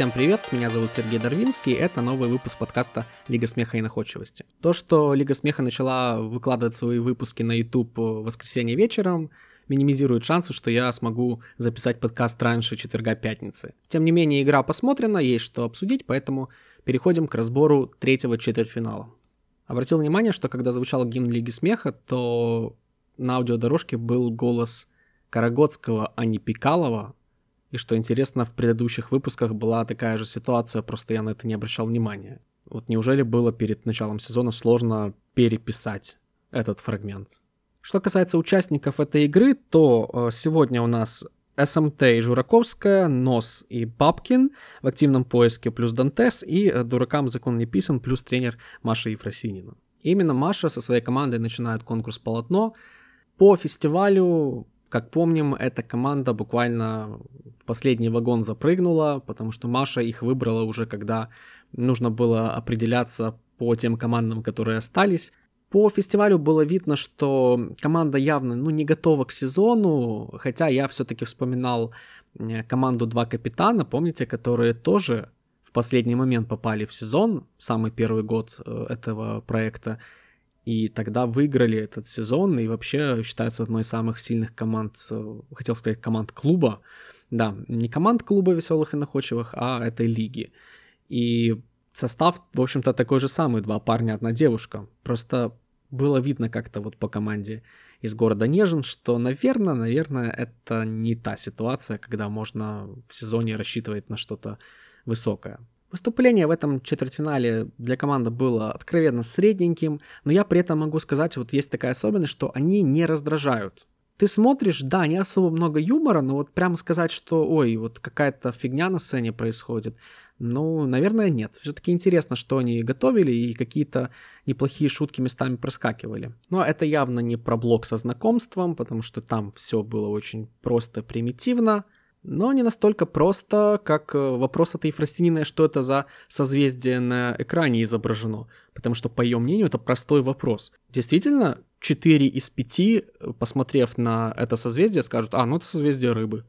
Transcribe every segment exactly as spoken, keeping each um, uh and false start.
Всем привет, меня зовут Сергей Дарвинский, это новый выпуск подкаста «Лига смеха и находчивости». То, что Лига смеха начала выкладывать свои выпуски на YouTube в воскресенье вечером, минимизирует шансы, что я смогу записать подкаст раньше четверга-пятницы. Тем не менее, игра посмотрена, есть что обсудить, поэтому переходим к разбору третьего четвертьфинала. Обратил внимание, что когда звучал гимн Лиги смеха, то на аудиодорожке был голос Карагодского, а не Пикалова. И что интересно, в предыдущих выпусках была такая же ситуация, просто я на это не обращал внимания. Вот неужели было перед началом сезона сложно переписать этот фрагмент? Что касается участников этой игры, то сегодня у нас эс эм ти и Жураковская, Нос и Бабкин в активном поиске плюс Дантес и Дуракам закон не писан плюс тренер Маша Ефросинина. И именно Маша со своей командой начинает конкурс «Полотно». По фестивалю, как помним, эта команда буквально в последний вагон запрыгнула, потому что Маша их выбрала уже, когда нужно было определяться по тем командам, которые остались. По фестивалю было видно, что команда явно ну, не готова к сезону, хотя я все-таки вспоминал команду «Два капитана», помните, которые тоже в последний момент попали в сезон, в самый первый год этого проекта, и тогда выиграли этот сезон, и вообще считаются одной из самых сильных команд, хотел сказать, команд клуба. Да, не команд клуба веселых и находчивых, а этой лиги. И состав, в общем-то, такой же самый, два парня, одна девушка. Просто было видно как-то вот по команде из города Нежин, что, наверное, наверное, это не та ситуация, когда можно в сезоне рассчитывать на что-то высокое. Выступление в этом четвертьфинале для команды было откровенно средненьким, но я при этом могу сказать, вот есть такая особенность, что они не раздражают. Ты смотришь, да, не особо много юмора, но вот прямо сказать, что ой, вот какая-то фигня на сцене происходит, ну, наверное, нет. Все-таки интересно, что они готовили, и какие-то неплохие шутки местами проскакивали. Но это явно не про блог со знакомством, потому что там все было очень просто, примитивно. Но не настолько просто, как вопрос от Ефросининой, что это за созвездие на экране изображено. Потому что, по ее мнению, это простой вопрос. Действительно, четыре из пяти, посмотрев на это созвездие, скажут, а, ну это созвездие рыбы.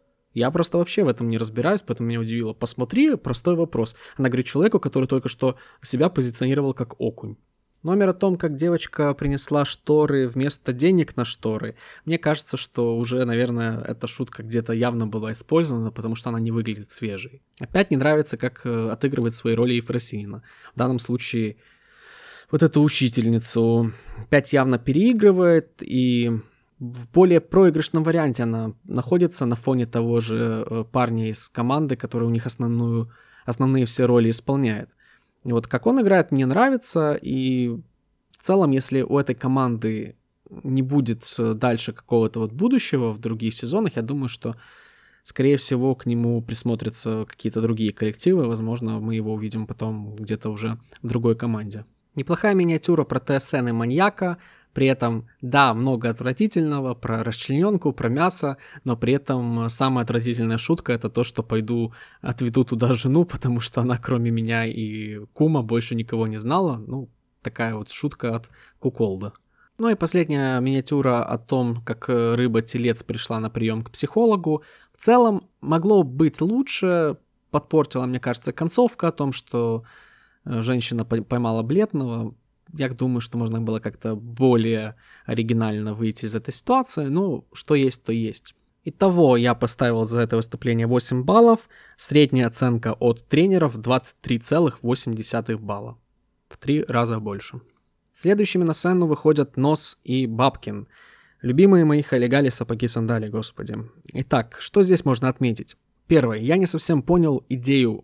Я просто вообще в этом не разбираюсь, поэтому меня удивило. Посмотри, простой вопрос. Она говорит человеку, который только что себя позиционировал как окунь. Номер о том, как девочка принесла шторы вместо денег на шторы, мне кажется, что уже, наверное, эта шутка где-то явно была использована, потому что она не выглядит свежей. Опять не нравится, как отыгрывает свои роли Ефросинина. В данном случае вот эту учительницу опять явно переигрывает, и в более проигрышном варианте она находится на фоне того же парня из команды, который у них основную, основные все роли исполняет. И вот как он играет, мне нравится, и в целом, если у этой команды не будет дальше какого-то вот будущего в других сезонах, я думаю, что, скорее всего, к нему присмотрятся какие-то другие коллективы, возможно, мы его увидим потом где-то уже в другой команде. Неплохая миниатюра про ТСН и маньяка, при этом, да, много отвратительного, про расчлененку, про мясо, но при этом самая отвратительная шутка — это то, что пойду отведу туда жену, потому что она кроме меня и кума больше никого не знала. Ну, такая вот шутка от Куколда. Ну и последняя миниатюра о том, как рыба-телец пришла на прием к психологу. В целом, могло быть лучше, подпортила, мне кажется, концовка о том, что женщина поймала бледного. Я думаю, что можно было как-то более оригинально выйти из этой ситуации. Ну, что есть, то есть. Итого я поставил за это выступление восемь баллов. Средняя оценка от тренеров двадцать три целых восемь десятых балла. В три раза больше. Следующими на сцену выходят Нос и Бабкин. Любимые мои халигали сапоги-сандали, господи. Итак, что здесь можно отметить? Первое. Я не совсем понял идею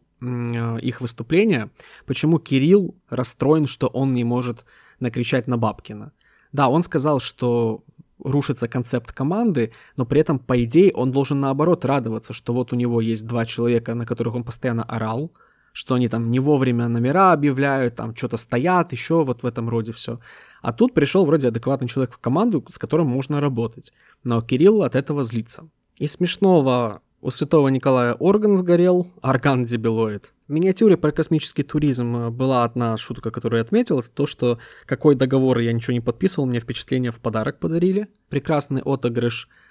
их выступления, почему Кирилл расстроен, что он не может накричать на Бабкина. Да, он сказал, что рушится концепт команды, но при этом, по идее, он должен наоборот радоваться, что вот у него есть два человека, на которых он постоянно орал, что они там не вовремя номера объявляют, там что-то стоят, еще вот в этом роде все. А тут пришел вроде адекватный человек в команду, с которым можно работать. Но Кирилл от этого злится. Из смешного: у святого Николая орган сгорел, орган дебилоид. В миниатюре про космический туризм была одна шутка, которую я отметил. Это то, что какой договор я ничего не подписывал, мне впечатление в подарок подарили. Прекрасный отыгрыш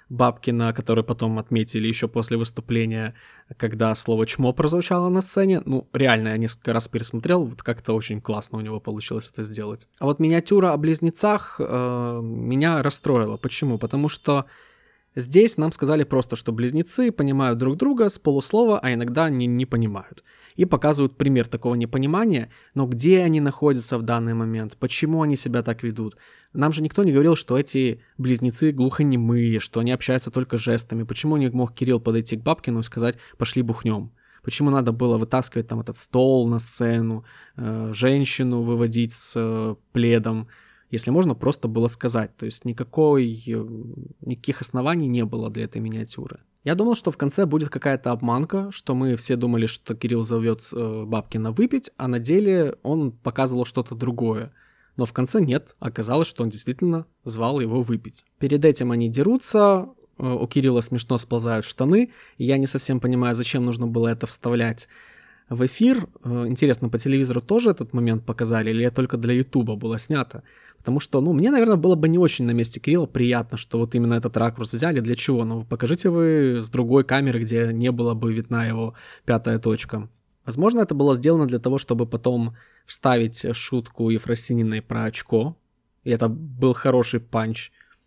Бабкина, который потом отметили еще после выступления, когда слово «чмо» прозвучало на сцене. Ну, реально, я несколько раз пересмотрел, вот как-то очень классно у него получилось это сделать. А вот миниатюра о близнецах э, меня расстроила. Почему? Потому что здесь нам сказали просто, что близнецы понимают друг друга с полуслова, а иногда не, не понимают. И показывают пример такого непонимания, но где они находятся в данный момент, почему они себя так ведут. Нам же никто не говорил, что эти близнецы глухонемые, что они общаются только жестами. Почему не мог Кирилл подойти к Бабкину и сказать «пошли бухнем»? Почему надо было вытаскивать там этот стол на сцену, э, женщину выводить с э, пледом, если можно просто было сказать. То есть никакой, никаких оснований не было для этой миниатюры. Я думал, что в конце будет какая-то обманка, что мы все думали, что Кирилл зовет э, Бабкина выпить, а на деле он показывал что-то другое. Но в конце нет, оказалось, что он действительно звал его выпить. Перед этим они дерутся, э, у Кирилла смешно сползают штаны, и я не совсем понимаю, зачем нужно было это вставлять в эфир. Э, интересно, по телевизору тоже этот момент показали, или это только для Ютуба было снято? Потому что, ну, мне, наверное, было бы не очень на месте Кирилла приятно, что вот именно этот ракурс взяли. Для чего? Ну, покажите вы с другой камеры, где не было бы видна его пятая точка. Возможно, это было сделано для того, чтобы потом вставить шутку Ефросининой про очко. И это был хороший панч.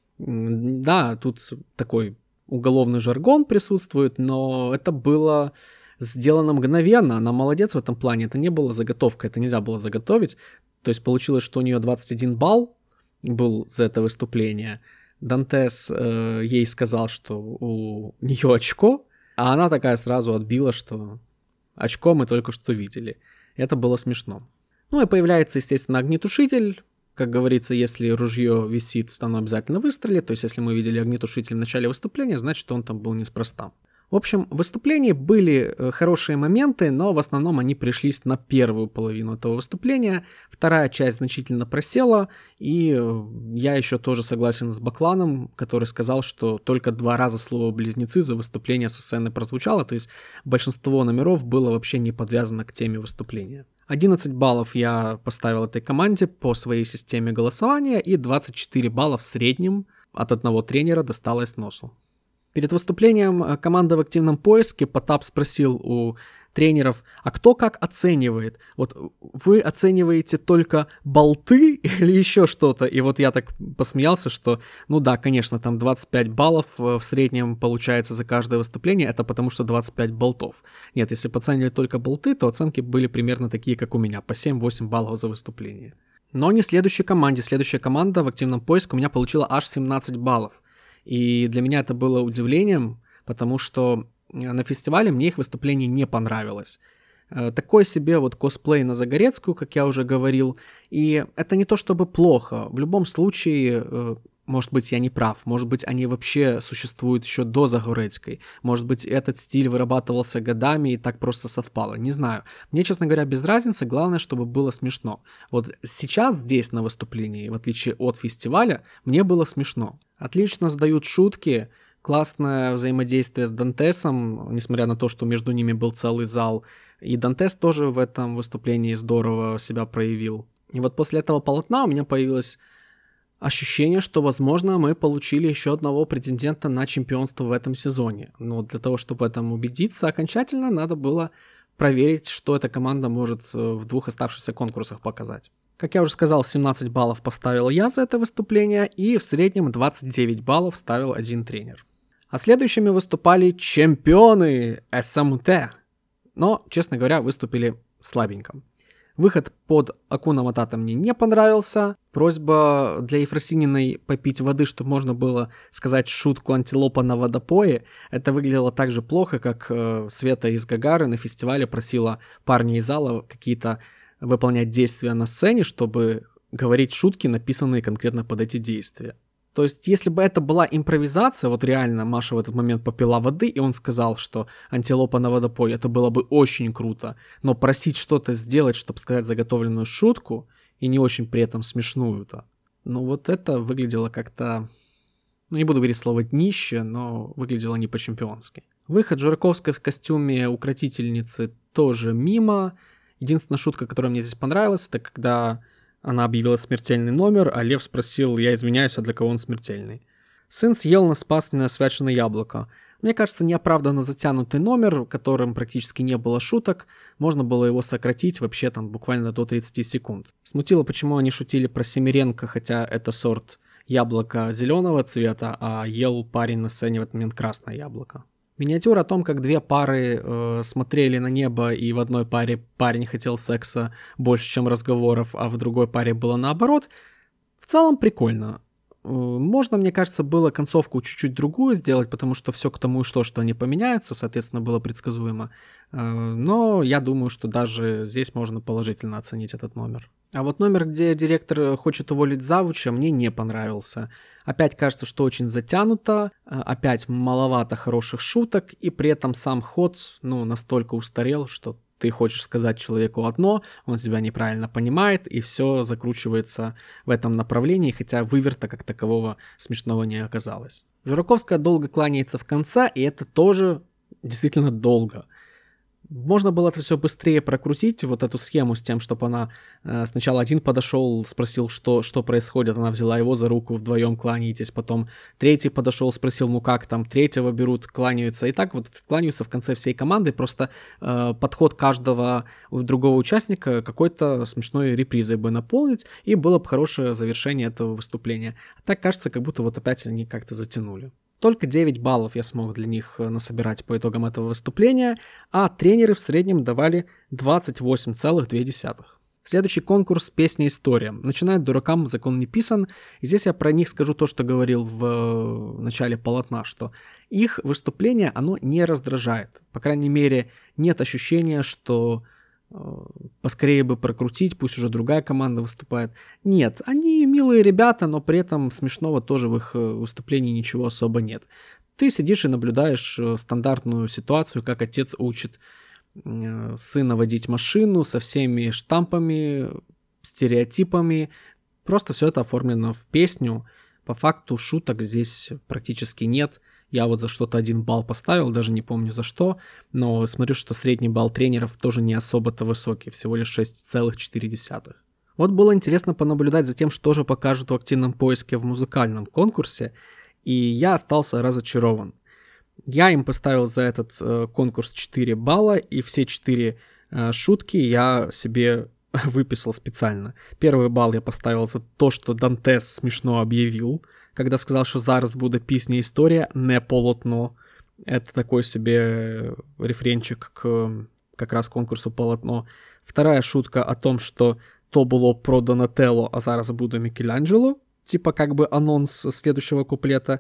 Да, тут такой уголовный жаргон присутствует, но это было сделано мгновенно. Она молодец в этом плане. Это не было заготовкой, это нельзя было заготовить. То есть получилось, что у нее двадцать один балл был за это выступление. Дантес э, ей сказал, что у нее очко, а она такая сразу отбила, что очко мы только что видели. Это было смешно. Ну и появляется, естественно, огнетушитель. Как говорится, если ружье висит, то оно обязательно выстрелит. То есть если мы видели огнетушитель в начале выступления, значит, он там был неспроста. В общем, в выступлении были хорошие моменты, но в основном они пришлись на первую половину этого выступления. Вторая часть значительно просела, и я еще тоже согласен с Бакланом, который сказал, что только два раза слово «близнецы» за выступление со сцены прозвучало, то есть большинство номеров было вообще не подвязано к теме выступления. одиннадцать баллов я поставил этой команде по своей системе голосования, и двадцать четыре балла в среднем от одного тренера досталось носу. Перед выступлением команды в активном поиске Потап спросил у тренеров, а кто как оценивает? Вот вы оцениваете только болты или еще что-то? И вот я так посмеялся, что ну да, конечно, там двадцать пять баллов в среднем получается за каждое выступление, это потому что двадцать пять болтов. Нет, если бы оценивали только болты, то оценки были примерно такие, как у меня, по семь-восемь баллов за выступление. Но не следующей команде. Следующая команда в активном поиске у меня получила аж семнадцать баллов. И для меня это было удивлением, потому что на фестивале мне их выступление не понравилось. Такой себе вот косплей на Загорецкую, как я уже говорил. И это не то чтобы плохо. В любом случае, может быть, я не прав. Может быть, они вообще существуют еще до Загорецкой. Может быть, этот стиль вырабатывался годами и так просто совпало. Не знаю. Мне, честно говоря, без разницы. Главное, чтобы было смешно. Вот сейчас здесь на выступлении, в отличие от фестиваля, мне было смешно. Отлично сдают шутки. Классное взаимодействие с Дантесом, несмотря на то, что между ними был целый зал. И Дантес тоже в этом выступлении здорово себя проявил. И вот после этого полотна у меня появилось ощущение, что, возможно, мы получили еще одного претендента на чемпионство в этом сезоне. Но для того, чтобы в этом убедиться окончательно, надо было проверить, что эта команда может в двух оставшихся конкурсах показать. Как я уже сказал, семнадцать баллов поставил я за это выступление, и в среднем двадцать девять баллов ставил один тренер. А следующими выступали чемпионы эс эм тэ. Но, честно говоря, выступили слабенько. Выход под Акуна Матата мне не понравился. Просьба для Ефросининой попить воды, чтобы можно было сказать шутку антилопа на водопое. Это выглядело так же плохо, как э, Света из Гагары на фестивале просила парня из зала какие-то выполнять действия на сцене, чтобы говорить шутки, написанные конкретно под эти действия. То есть, если бы это была импровизация, вот реально Маша в этот момент попила воды, и он сказал, что антилопа на водопое, это было бы очень круто. Но просить что-то сделать, чтобы сказать заготовленную шутку, и не очень при этом смешную-то, ну вот это выглядело как-то, ну не буду говорить слово днище, но выглядело не по-чемпионски. Выход Жураковской в костюме укротительницы тоже мимо. Единственная шутка, которая мне здесь понравилась, это когда она объявила смертельный номер, а Лев спросил, я извиняюсь, а для кого он смертельный? Сын съел на спасенное свяченое яблоко. Мне кажется, неоправданно затянутый номер, в котором практически не было шуток, можно было его сократить вообще там буквально до тридцати секунд. Смутило, почему они шутили про Семеренко, хотя это сорт яблока зеленого цвета, а ел парень на сцене в этот момент красное яблоко. Миниатюра о том, как две пары э, смотрели на небо, и в одной паре парень хотел секса больше, чем разговоров, а в другой паре было наоборот, в целом прикольно. Можно, мне кажется, было концовку чуть-чуть другую сделать, потому что все к тому и что, что они поменяются, соответственно, было предсказуемо. Но я думаю, что даже здесь можно положительно оценить этот номер. А вот номер, где директор хочет уволить завуча, мне не понравился. Опять кажется, что очень затянуто, опять маловато хороших шуток, и при этом сам ход, ну, настолько устарел, что ты хочешь сказать человеку одно, он тебя неправильно понимает, и все закручивается в этом направлении, хотя выверта как такового смешного не оказалось. Жураковская долго кланяется в конце, и это тоже действительно долго. Можно было это все быстрее прокрутить, вот эту схему с тем, чтобы она э, сначала один подошел, спросил, что, что происходит, она взяла его за руку, вдвоем кланяетесь, потом третий подошел, спросил, ну как там, третьего берут, кланяются, и так вот кланяются в конце всей команды, просто э, подход каждого другого участника какой-то смешной репризой бы наполнить, и было бы хорошее завершение этого выступления. А так кажется, как будто вот опять они как-то затянули. Только девять баллов я смог для них насобирать по итогам этого выступления, а тренеры в среднем давали двадцать восемь целых две десятых. Следующий конкурс «Песня история». Начинает дуракам закон не писан, и здесь я про них скажу то, что говорил в начале полотна, что их выступление, оно не раздражает. По крайней мере, нет ощущения, что поскорее бы прокрутить, пусть уже другая команда выступает. Нет, они милые ребята, но при этом смешного тоже в их выступлении ничего особо нет. Ты сидишь и наблюдаешь стандартную ситуацию, как отец учит сына водить машину со всеми штампами, стереотипами. Просто все это оформлено в песню. По факту шуток здесь практически нет. Я вот за что-то один балл поставил, даже не помню за что, но смотрю, что средний балл тренеров тоже не особо-то высокий, всего лишь шесть целых четыре десятых. Вот было интересно понаблюдать за тем, что же покажут в активном поиске в музыкальном конкурсе, и я остался разочарован. Я им поставил за этот э, конкурс четыре балла, и все четыре э, шутки я себе выписал специально. Первый балл я поставил за то, что Дантес смешно объявил, когда сказал, что зараз буде пісня історія, не полотно. Это такой себе рефренчик к как раз конкурсу «Полотно». Вторая шутка о том, что то было про Донателло, а зараз буде Микеланджело. Типа как бы анонс следующего куплета.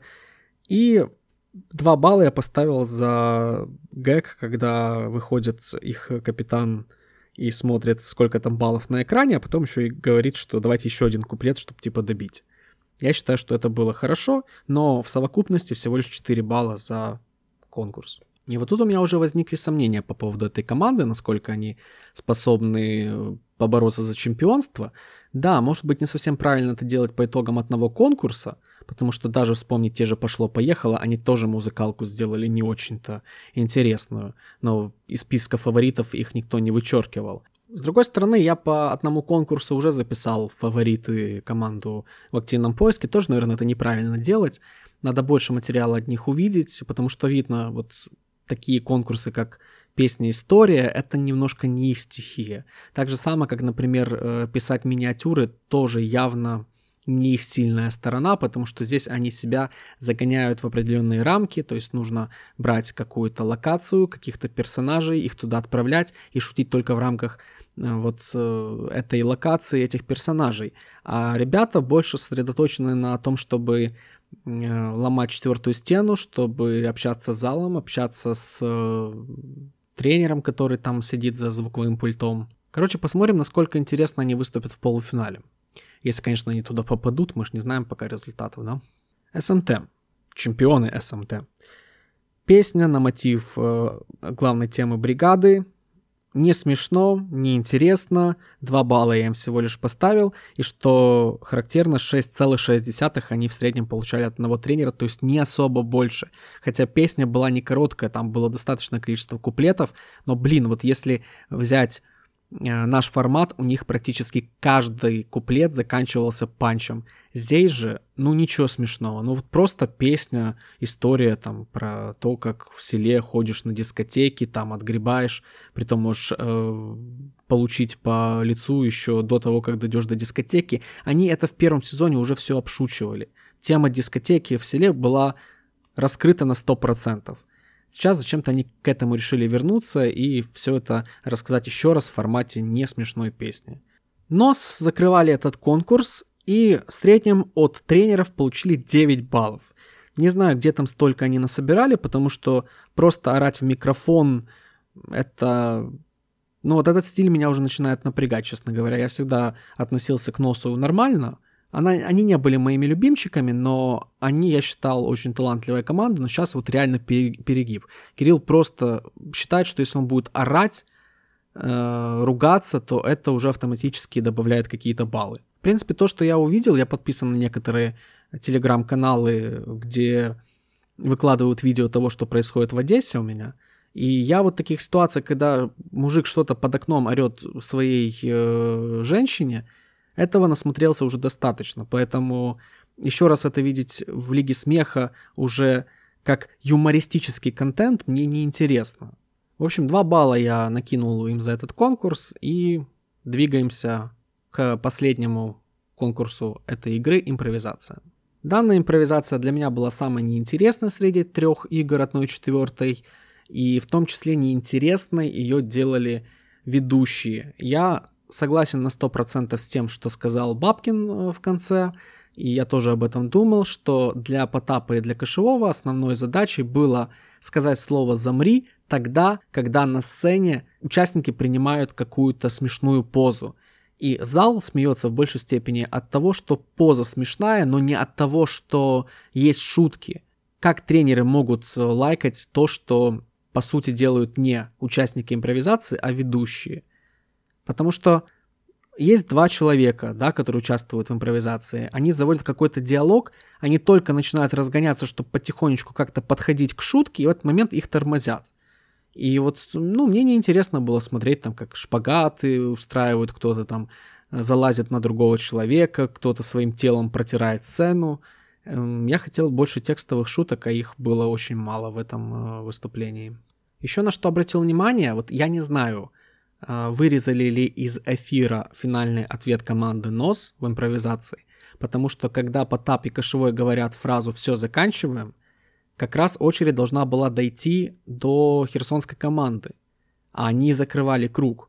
И два балла я поставил за гэг, когда выходит их капитан и смотрит, сколько там баллов на экране, а потом еще и говорит, что давайте еще один куплет, чтобы типа добить. Я считаю, что это было хорошо, но в совокупности всего лишь четыре балла за конкурс. И вот тут у меня уже возникли сомнения по поводу этой команды, насколько они способны побороться за чемпионство. Да, может быть, не совсем правильно это делать по итогам одного конкурса, потому что даже вспомнить те же «Пошло-поехало», они тоже музыкалку сделали не очень-то интересную, но из списка фаворитов их никто не вычеркивал. С другой стороны, я по одному конкурсу уже записал в фавориты команду в активном поиске. Тоже, наверное, это неправильно делать. Надо больше материала от них увидеть, потому что видно, вот такие конкурсы, как «Песня история», это немножко не их стихия. Так же самое, как, например, писать миниатюры, тоже явно не их сильная сторона, потому что здесь они себя загоняют в определенные рамки, то есть нужно брать какую-то локацию, каких-то персонажей, их туда отправлять и шутить только в рамках вот этой локации, этих персонажей. А ребята больше сосредоточены на том, чтобы ломать четвертую стену, чтобы общаться с залом, общаться с тренером, который там сидит за звуковым пультом. Короче, посмотрим, насколько интересно они выступят в полуфинале. Если, конечно, они туда попадут, мы же не знаем пока результатов, да? эс эм тэ. Чемпионы эс эм тэ. Песня на мотив э, главной темы бригады. Не смешно, не интересно. Два балла я им всего лишь поставил. И что характерно, шесть целых шесть десятых они в среднем получали от одного тренера, то есть не особо больше. Хотя песня была не короткая, там было достаточное количество куплетов. Но, блин, вот если взять наш формат, у них практически каждый куплет заканчивался панчем. Здесь же, ну ничего смешного, ну вот просто песня, история там про то, как в селе ходишь на дискотеки, там отгребаешь, притом можешь э, получить по лицу еще до того, как дойдешь до дискотеки. Они это в первом сезоне уже все обшучивали. Тема дискотеки в селе была раскрыта на сто процентов. Сейчас зачем-то они к этому решили вернуться и все это рассказать еще раз в формате не смешной песни. нос закрывали этот конкурс и в среднем от тренеров получили девять баллов. Не знаю, где там столько они насобирали, потому что просто орать в микрофон это... Ну вот этот стиль меня уже начинает напрягать, честно говоря. Я всегда относился к носу нормально. Она, они не были моими любимчиками, но они, я считал, очень талантливая команда, но сейчас вот реально перегиб. Кирилл просто считает, что если он будет орать, э, ругаться, то это уже автоматически добавляет какие-то баллы. В принципе, то, что я увидел, я подписан на некоторые телеграм-каналы, где выкладывают видео того, что происходит в Одессе у меня. И я вот в таких ситуациях, когда мужик что-то под окном орет своей э, женщине, этого насмотрелся уже достаточно, поэтому еще раз это видеть в Лиге Смеха уже как юмористический контент мне неинтересно. В общем, два балла я накинул им за этот конкурс и двигаемся к последнему конкурсу этой игры — импровизация. Данная импровизация для меня была самой неинтересной среди трех игр одной и четвертой, и в том числе неинтересной ее делали ведущие. Я согласен на сто процентов с тем, что сказал Бабкин в конце, и я тоже об этом думал, что для Потапа и для Кошевого основной задачей было сказать слово «замри» тогда, когда на сцене участники принимают какую-то смешную позу. И зал смеется в большей степени от того, что поза смешная, но не от того, что есть шутки. Как тренеры могут лайкать то, что по сути делают не участники импровизации, а ведущие? Потому что есть два человека, да, которые участвуют в импровизации. Они заводят какой-то диалог, они только начинают разгоняться, чтобы потихонечку как-то подходить к шутке, и в этот момент их тормозят. И вот, ну, мне неинтересно было смотреть, там, как шпагаты устраивают, кто-то там залазит на другого человека, кто-то своим телом протирает сцену. Я хотел больше текстовых шуток, а их было очень мало в этом выступлении. Еще на что обратил внимание, вот я не знаю, вырезали ли из эфира финальный ответ команды нос в импровизации, потому что когда Потап и Кошевой говорят фразу «все, заканчиваем», как раз очередь должна была дойти до херсонской команды, а они закрывали круг.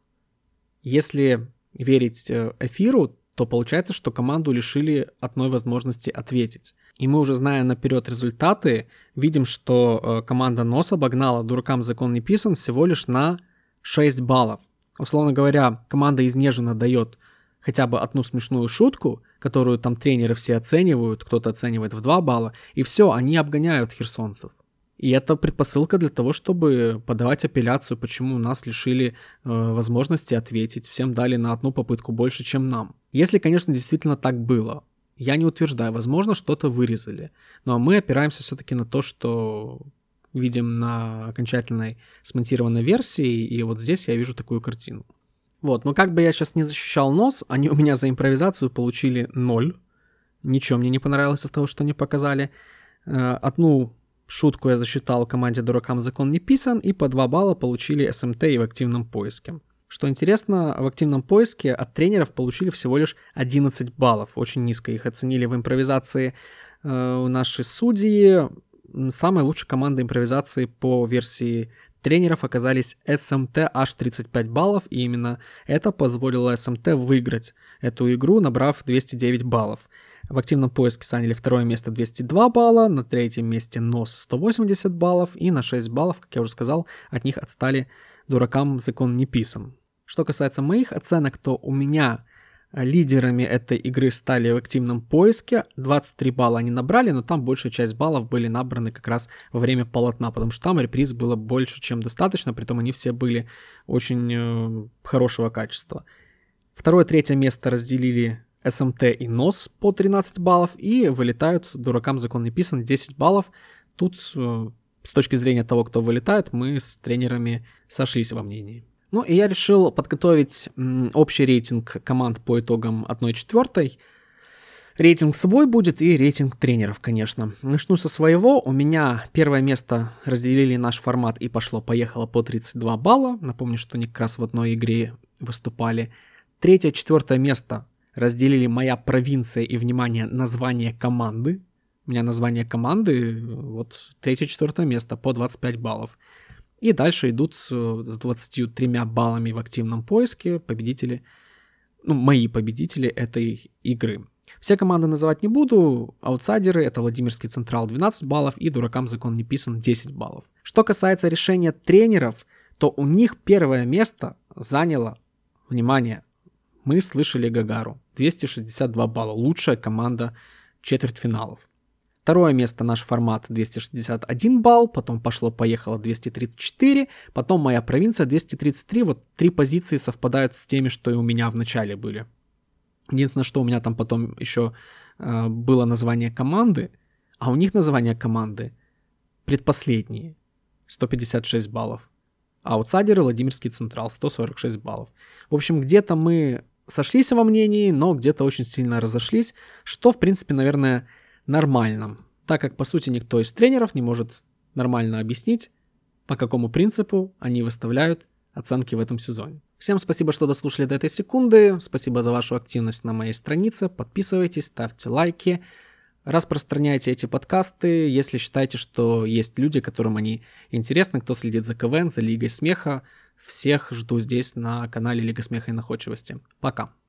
Если верить эфиру, то получается, что команду лишили одной возможности ответить. И мы уже, зная наперед результаты, видим, что команда нос обогнала «Дуракам закон не писан» всего лишь на шесть баллов. Условно говоря, команда изнеженно дает хотя бы одну смешную шутку, которую там тренеры все оценивают, кто-то оценивает в два балла, и все, они обгоняют херсонцев. И это предпосылка для того, чтобы подавать апелляцию, почему нас лишили э, возможности ответить, всем дали на одну попытку больше, чем нам. Если, конечно, действительно так было. Я не утверждаю, возможно, что-то вырезали. Но мы опираемся все-таки на то, что видим на окончательной смонтированной версии, и вот здесь я вижу такую картину. Вот, но как бы я сейчас не защищал нос, они у меня за импровизацию получили ноль. Ничего мне не понравилось из того, что они показали. Одну шутку я засчитал команде «Дуракам закон не писан», и по два балла получили эс эм тэ и в активном поиске. Что интересно, в активном поиске от тренеров получили всего лишь одиннадцать баллов. Очень низко их оценили в импровизации э, наши судьи. Самой лучшей командой импровизации по версии тренеров оказались эс эм тэ, аж тридцать пять баллов, и именно это позволило эс эм тэ выиграть эту игру, набрав двести девять баллов. В активном поиске заняли второе место двести два балла, на третьем месте нос сто восемьдесят баллов, и на шесть баллов, как я уже сказал, от них отстали «Дуракам закон не писан». Что касается моих оценок, то у меня лидерами этой игры стали в активном поиске. двадцать три балла они набрали, но там большая часть баллов были набраны как раз во время полотна, потому что там реприз было больше, чем достаточно, притом они все были очень э, хорошего качества. Второе, третье место разделили эс эм тэ и нос по тринадцать баллов, и вылетают «Дуракам закон не писан» десять баллов. Тут э, с точки зрения того, кто вылетает, мы с тренерами сошлись во мнении. Ну и я решил подготовить м, общий рейтинг команд по итогам одна четвертая. Рейтинг свой будет и рейтинг тренеров, конечно. Начну со своего. У меня первое место разделили наш формат и пошло-поехало по тридцать два балла. Напомню, что они как раз в одной игре выступали. Третье, четвертое место разделили моя провинция и, внимание, название команды. У меня название команды, вот третье, четвертое место по двадцать пять баллов. И дальше идут с двадцатью тремя баллами в активном поиске победители, ну, мои победители этой игры. Все команды называть не буду. Аутсайдеры — это Владимирский Централ двенадцать баллов и Дуракам закон не писан десять баллов. Что касается решения тренеров, то у них первое место заняло, внимание, мы слышали Гагару, двести шестьдесят два балла, лучшая команда четвертьфиналов. Второе место наш формат двести шестьдесят один балл, потом пошло-поехало двести тридцать четыре, потом моя провинция двести тридцать три, вот три позиции совпадают с теми, что и у меня в начале были. Единственное, что у меня там потом еще э, было название команды, а у них название команды предпоследние, сто пятьдесят шесть баллов. А аутсайдеры Владимирский Централ, сто сорок шесть баллов. В общем, где-то мы сошлись во мнении, но где-то очень сильно разошлись, что, в принципе, наверное, нормально, так как, по сути, никто из тренеров не может нормально объяснить, по какому принципу они выставляют оценки в этом сезоне. Всем спасибо, что дослушали до этой секунды. Спасибо за вашу активность на моей странице. Подписывайтесь, ставьте лайки, распространяйте эти подкасты, если считаете, что есть люди, которым они интересны, кто следит за КВН, за Лигой Смеха. Всех жду здесь на канале Лига Смеха и Находчивости. Пока.